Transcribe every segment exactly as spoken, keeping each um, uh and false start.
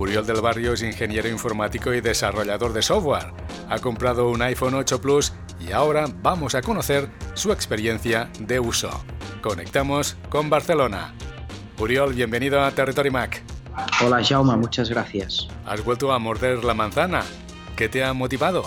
Uriol del Barrio es ingeniero informático y desarrollador de software. Ha comprado un iPhone ocho Plus y ahora vamos a conocer su experiencia de uso. Conectamos con Barcelona. Uriol, bienvenido a Territory Mac. Hola Jaume, muchas gracias. Has vuelto a morder la manzana. ¿Qué te ha motivado?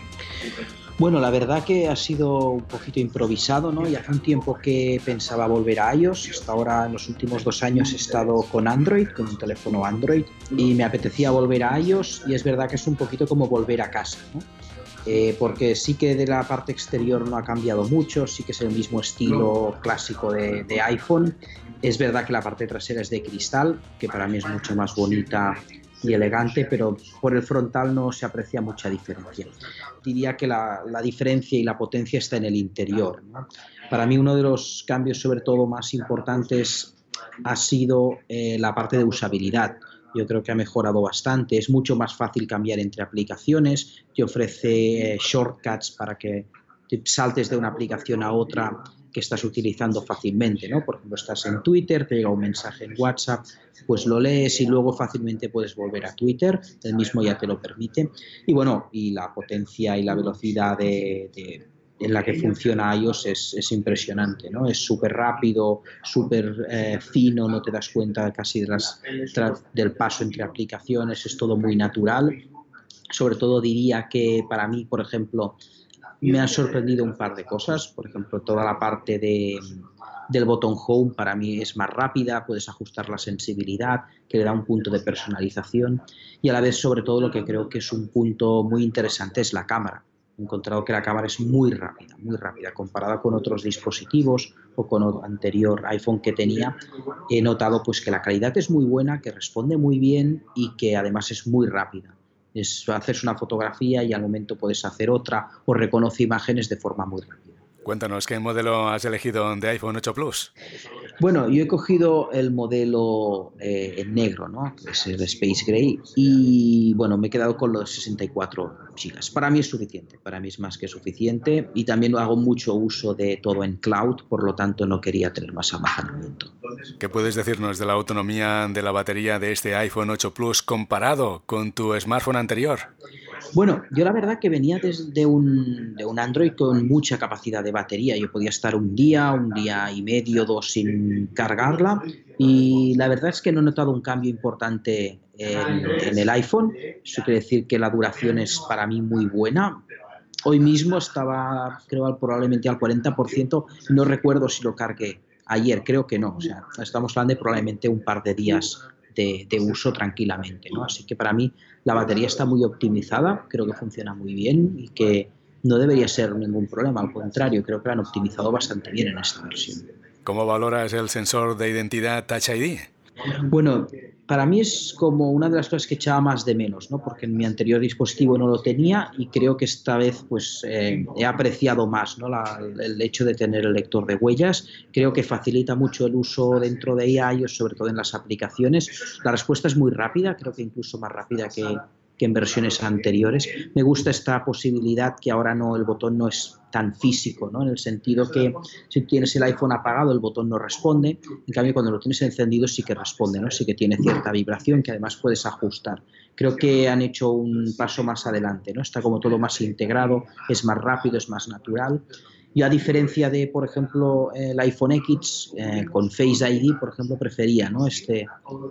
Bueno, la verdad que ha sido un poquito improvisado, ¿no? Y hace un tiempo que pensaba volver a iOS. Hasta ahora, en los últimos dos años, he estado con Android, con un teléfono Android, y me apetecía volver a iOS, y es verdad que es un poquito como volver a casa, ¿no? Eh, porque sí que de la parte exterior no ha cambiado mucho, sí que es el mismo estilo clásico de, de iPhone. Es verdad que la parte trasera es de cristal, que para mí es mucho más bonita y elegante, pero por el frontal no se aprecia mucha diferencia. Diría que la, la diferencia y la potencia está en el interior, ¿no? Para mí uno de los cambios sobre todo más importantes ha sido eh, la parte de usabilidad. Yo creo que ha mejorado bastante, es mucho más fácil cambiar entre aplicaciones, te ofrece eh, shortcuts para que te saltes de una aplicación a otra que estás utilizando fácilmente, ¿no? Por ejemplo, estás en Twitter, te llega un mensaje en WhatsApp, pues lo lees y luego fácilmente puedes volver a Twitter, el mismo ya te lo permite. Y bueno, y la potencia y la velocidad de, de, en la que funciona iOS es, es impresionante, ¿no? Es súper rápido, súper eh, fino, no te das cuenta casi de las, tra, del paso entre aplicaciones, es todo muy natural. Sobre todo diría que para mí, por ejemplo, me han sorprendido un par de cosas. Por ejemplo, toda la parte de, del botón Home para mí es más rápida, puedes ajustar la sensibilidad, que le da un punto de personalización, y a la vez, sobre todo, lo que creo que es un punto muy interesante es la cámara. He encontrado que la cámara es muy rápida, muy rápida, comparada con otros dispositivos o con el anterior iPhone que tenía. He notado pues que la calidad es muy buena, que responde muy bien y que además es muy rápida. Es, haces una fotografía y al momento puedes hacer otra o reconoce imágenes de forma muy rápida. Cuéntanos, ¿qué modelo has elegido de iPhone ocho Plus? Bueno, yo he cogido el modelo eh, en negro, ¿no? Que es el Space Gray, y bueno, me he quedado con los sesenta y cuatro gigas. Para mí es suficiente, para mí es más que suficiente, y también hago mucho uso de todo en cloud, por lo tanto no quería tener más almacenamiento. ¿Qué puedes decirnos de la autonomía de la batería de este iPhone ocho Plus comparado con tu smartphone anterior? Bueno, yo la verdad que venía desde un, de un Android con mucha capacidad de batería. Yo podía estar un día, un día y medio, dos sin cargarla, y la verdad es que no he notado un cambio importante en, en el iPhone. Eso quiere decir que la duración es para mí muy buena. Hoy mismo estaba, creo, probablemente al cuarenta por ciento. No recuerdo si lo cargué ayer, creo que no. O sea, estamos hablando de probablemente un par de días de, de uso tranquilamente, ¿no? Así que para mí la batería está muy optimizada, creo que funciona muy bien y que no debería ser ningún problema. Al contrario, creo que lo han optimizado bastante bien en esta versión. ¿Cómo valoras el sensor de identidad Touch I D? Bueno, para mí es como una de las cosas que echaba más de menos, ¿no? Porque en mi anterior dispositivo no lo tenía y creo que esta vez pues eh, he apreciado más, ¿no? La, el hecho de tener el lector de huellas. Creo que facilita mucho el uso dentro de iOS, sobre todo en las aplicaciones. La respuesta es muy rápida, creo que incluso más rápida que, que en versiones anteriores. Me gusta esta posibilidad que ahora no, el botón no es tan físico, ¿no? En el sentido que si tienes el iPhone apagado el botón no responde, en cambio cuando lo tienes encendido sí que responde, ¿no? Sí que tiene cierta vibración que además puedes ajustar. Creo que han hecho un paso más adelante, ¿no? Está como todo más integrado, es más rápido, es más natural. Y a diferencia de, por ejemplo, el iPhone X eh, con Face I D, por ejemplo, prefería, ¿no? este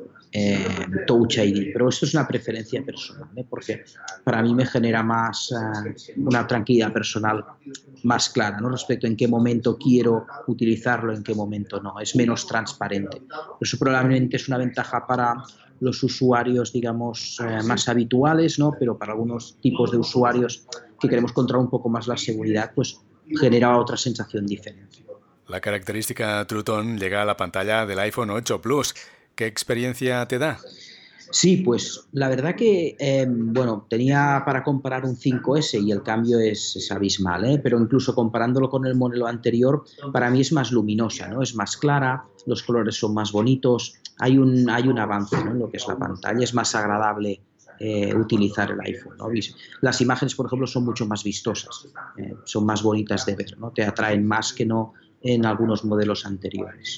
eh, Touch I D. Pero esto es una preferencia personal, ¿eh? Porque para mí me genera más eh, una tranquilidad personal más clara, ¿no? Respecto a en qué momento quiero utilizarlo, en qué momento no. Es menos transparente. Eso probablemente es una ventaja para los usuarios, digamos, eh, más habituales, ¿no? Pero para algunos tipos de usuarios que queremos controlar un poco más la seguridad, pues genera otra sensación diferente. La característica True Tone llega a la pantalla del iPhone ocho Plus. ¿Qué experiencia te da? Sí, pues la verdad que, eh, bueno, tenía para comparar un cinco ese y el cambio es, es abismal, ¿eh? Pero incluso comparándolo con el modelo anterior, para mí es más luminosa, ¿no? Es más clara, los colores son más bonitos, hay un, hay un avance, ¿no? En lo que es la pantalla, es más agradable eh, utilizar el iPhone, ¿no? Las imágenes, por ejemplo, son mucho más vistosas, eh, son más bonitas de ver, ¿no? Te atraen más que no en algunos modelos anteriores.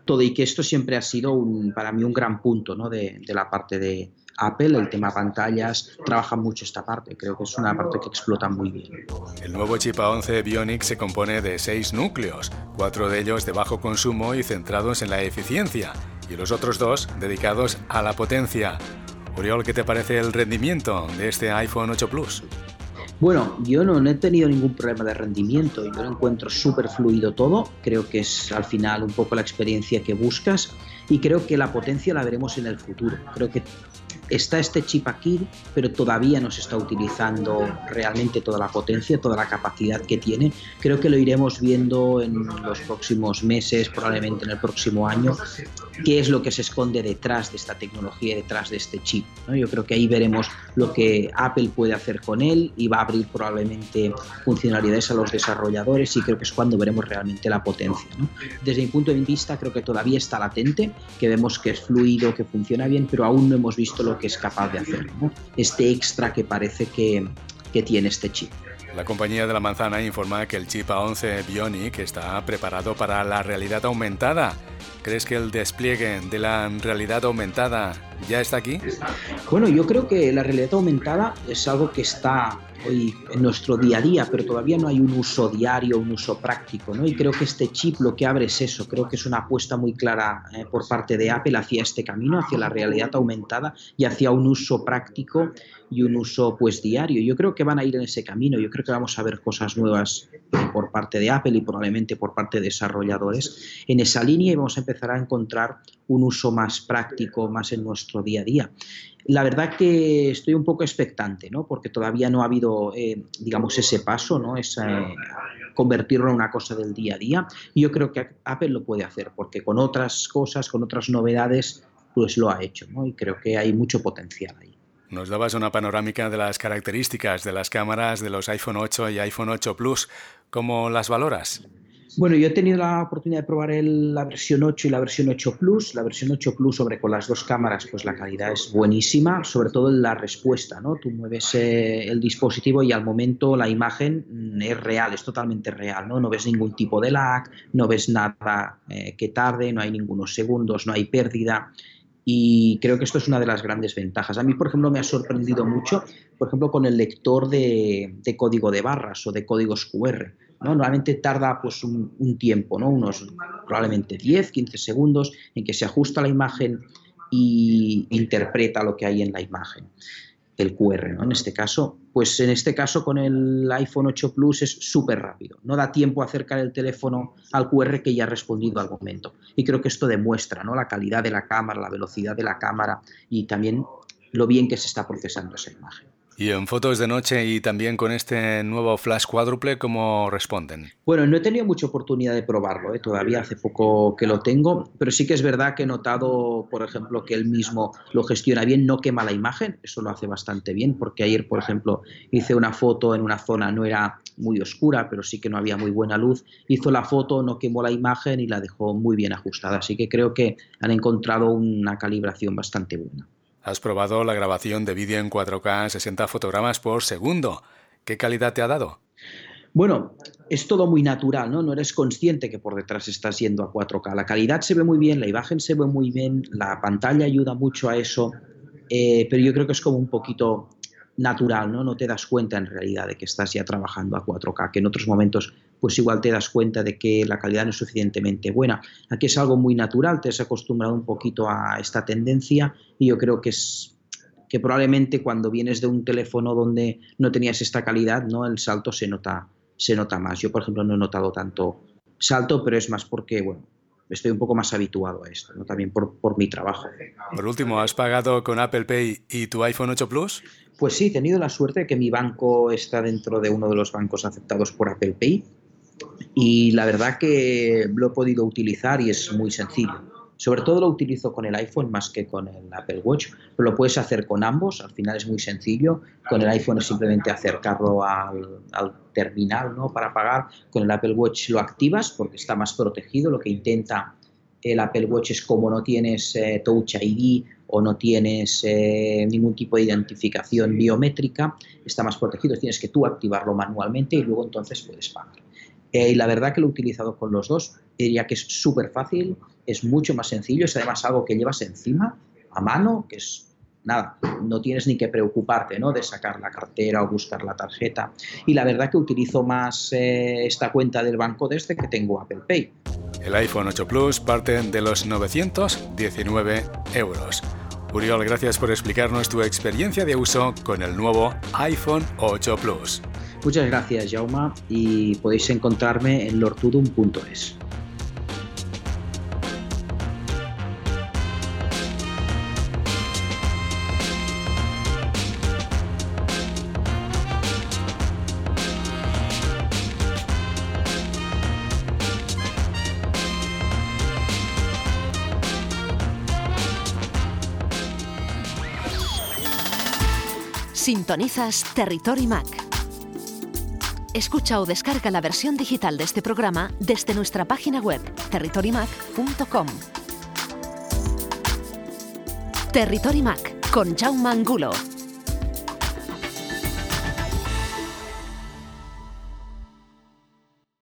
todo, y que esto siempre ha sido un, para mí un gran punto, ¿no? de, de la parte de Apple, el tema pantallas, trabaja mucho esta parte, creo que es una parte que explota muy bien. El nuevo chip A once Bionic se compone de seis núcleos, cuatro de ellos de bajo consumo y centrados en la eficiencia, y los otros dos dedicados a la potencia. Oriol, ¿qué te parece el rendimiento de este iPhone ocho Plus? Bueno, yo no, no he tenido ningún problema de rendimiento, yo lo encuentro súper fluido todo, creo que es al final un poco la experiencia que buscas y creo que la potencia la veremos en el futuro. Creo que está este chip aquí, pero todavía no se está utilizando realmente toda la potencia, toda la capacidad que tiene. Creo que lo iremos viendo en los próximos meses, probablemente en el próximo año, qué es lo que se esconde detrás de esta tecnología, detrás de este chip, ¿no? Yo creo que ahí veremos lo que Apple puede hacer con él y va a abrir probablemente funcionalidades a los desarrolladores y creo que es cuando veremos realmente la potencia, ¿no? Desde mi punto de vista creo que todavía está latente, que vemos que es fluido, que funciona bien, pero aún no hemos visto lo que es capaz de hacer, ¿no? Este extra que parece que, que tiene este chip. La compañía de la manzana informa que el chip A once Bionic está preparado para la realidad aumentada. ¿Crees que el despliegue de la realidad aumentada ya está aquí? Bueno, yo creo que la realidad aumentada es algo que está hoy en nuestro día a día, pero todavía no hay un uso diario, un uso práctico, ¿no? Y creo que este chip lo que abre es eso, creo que es una apuesta muy clara eh, por parte de Apple hacia este camino, hacia la realidad aumentada y hacia un uso práctico y un uso pues diario. Yo creo que van a ir en ese camino, yo creo que vamos a ver cosas nuevas por parte de Apple y probablemente por parte de desarrolladores en esa línea y vamos a empezar a encontrar un uso más práctico, más en nuestro día a día. La verdad que estoy un poco expectante, ¿no? Porque todavía no ha habido, eh, digamos, ese paso, ¿no? Esa, eh, convertirlo en una cosa del día a día. Y yo creo que Apple lo puede hacer, porque con otras cosas, con otras novedades, pues lo ha hecho, ¿no? Y creo que hay mucho potencial ahí. Nos dabas una panorámica de las características de las cámaras de los iPhone ocho y iPhone ocho Plus. ¿Cómo las valoras? Bueno, yo he tenido la oportunidad de probar el, la versión ocho y la versión ocho Plus. La versión ocho Plus, sobre con las dos cámaras, pues la calidad es buenísima, sobre todo en la respuesta, ¿no? Tú mueves eh, el dispositivo y al momento la imagen mm, es real, es totalmente real, ¿no? No ves ningún tipo de lag, no ves nada eh, que tarde, no hay ningunos segundos, no hay pérdida. Y creo que esto es una de las grandes ventajas. A mí, por ejemplo, me ha sorprendido mucho, por ejemplo, con el lector de, de código de barras o de códigos Q R, ¿no? Normalmente tarda pues, un, un tiempo, ¿no? Unos probablemente diez, quince segundos en que se ajusta la imagen y interpreta lo que hay en la imagen, el Q R, ¿no? En este caso, pues en este caso con el iPhone ocho Plus es súper rápido. No da tiempo a acercar el teléfono al Q R que ya ha respondido al momento. Y creo que esto demuestra, ¿no? La calidad de la cámara, la velocidad de la cámara y también lo bien que se está procesando esa imagen. Y en fotos de noche y también con este nuevo flash cuádruple, ¿cómo responden? Bueno, no he tenido mucha oportunidad de probarlo, ¿eh? Todavía hace poco que lo tengo, pero sí que es verdad que he notado, por ejemplo, que él mismo lo gestiona bien, no quema la imagen, eso lo hace bastante bien, porque ayer, por ejemplo, hice una foto en una zona, no era muy oscura, pero sí que no había muy buena luz, hizo la foto, no quemó la imagen y la dejó muy bien ajustada, así que creo que han encontrado una calibración bastante buena. Has probado la grabación de vídeo en cuatro K sesenta fotogramas por segundo. ¿Qué calidad te ha dado? Bueno, es todo muy natural, ¿no? No eres consciente que por detrás estás yendo a cuatro K. La calidad se ve muy bien, la imagen se ve muy bien, la pantalla ayuda mucho a eso, eh, pero yo creo que es como un poquito natural, ¿no? No te das cuenta en realidad de que estás ya trabajando a cuatro K, que en otros momentos pues igual te das cuenta de que la calidad no es suficientemente buena. Aquí es algo muy natural, te has acostumbrado un poquito a esta tendencia y yo creo que es que probablemente cuando vienes de un teléfono donde no tenías esta calidad, ¿no? El salto se nota, se nota más. Yo, por ejemplo, no he notado tanto salto, pero es más porque, bueno, estoy un poco más habituado a esto, ¿no? También por, por mi trabajo. Por último, ¿has pagado con Apple Pay y tu iPhone ocho Plus? Pues sí, he tenido la suerte de que mi banco está dentro de uno de los bancos aceptados por Apple Pay y la verdad que lo he podido utilizar y es muy sencillo. Sobre todo lo utilizo con el iPhone más que con el Apple Watch, pero lo puedes hacer con ambos, al final es muy sencillo. Con el iPhone es simplemente acercarlo al, al terminal, ¿no? Para pagar. Con el Apple Watch lo activas porque está más protegido. Lo que intenta el Apple Watch es como no tienes eh, Touch I D o no tienes eh, ningún tipo de identificación biométrica, está más protegido, tienes que tú activarlo manualmente y luego entonces puedes pagar. Eh, y la verdad que lo he utilizado con los dos. Diría que es súper fácil, es mucho más sencillo, es además algo que llevas encima, a mano, que es nada, no tienes ni que preocuparte, ¿no?, de sacar la cartera o buscar la tarjeta. Y la verdad que utilizo más eh, esta cuenta del banco desde que tengo Apple Pay. El iPhone ocho Plus parte de los novecientos diecinueve euros. Uriol, gracias por explicarnos tu experiencia de uso con el nuevo iPhone ocho Plus. Muchas gracias, Jaume, y podéis encontrarme en lortudum punto es. Sintonizas Territory Mac. Escucha o descarga la versión digital de este programa desde nuestra página web territory mac punto com. Territory Mac con Jaume Angulo.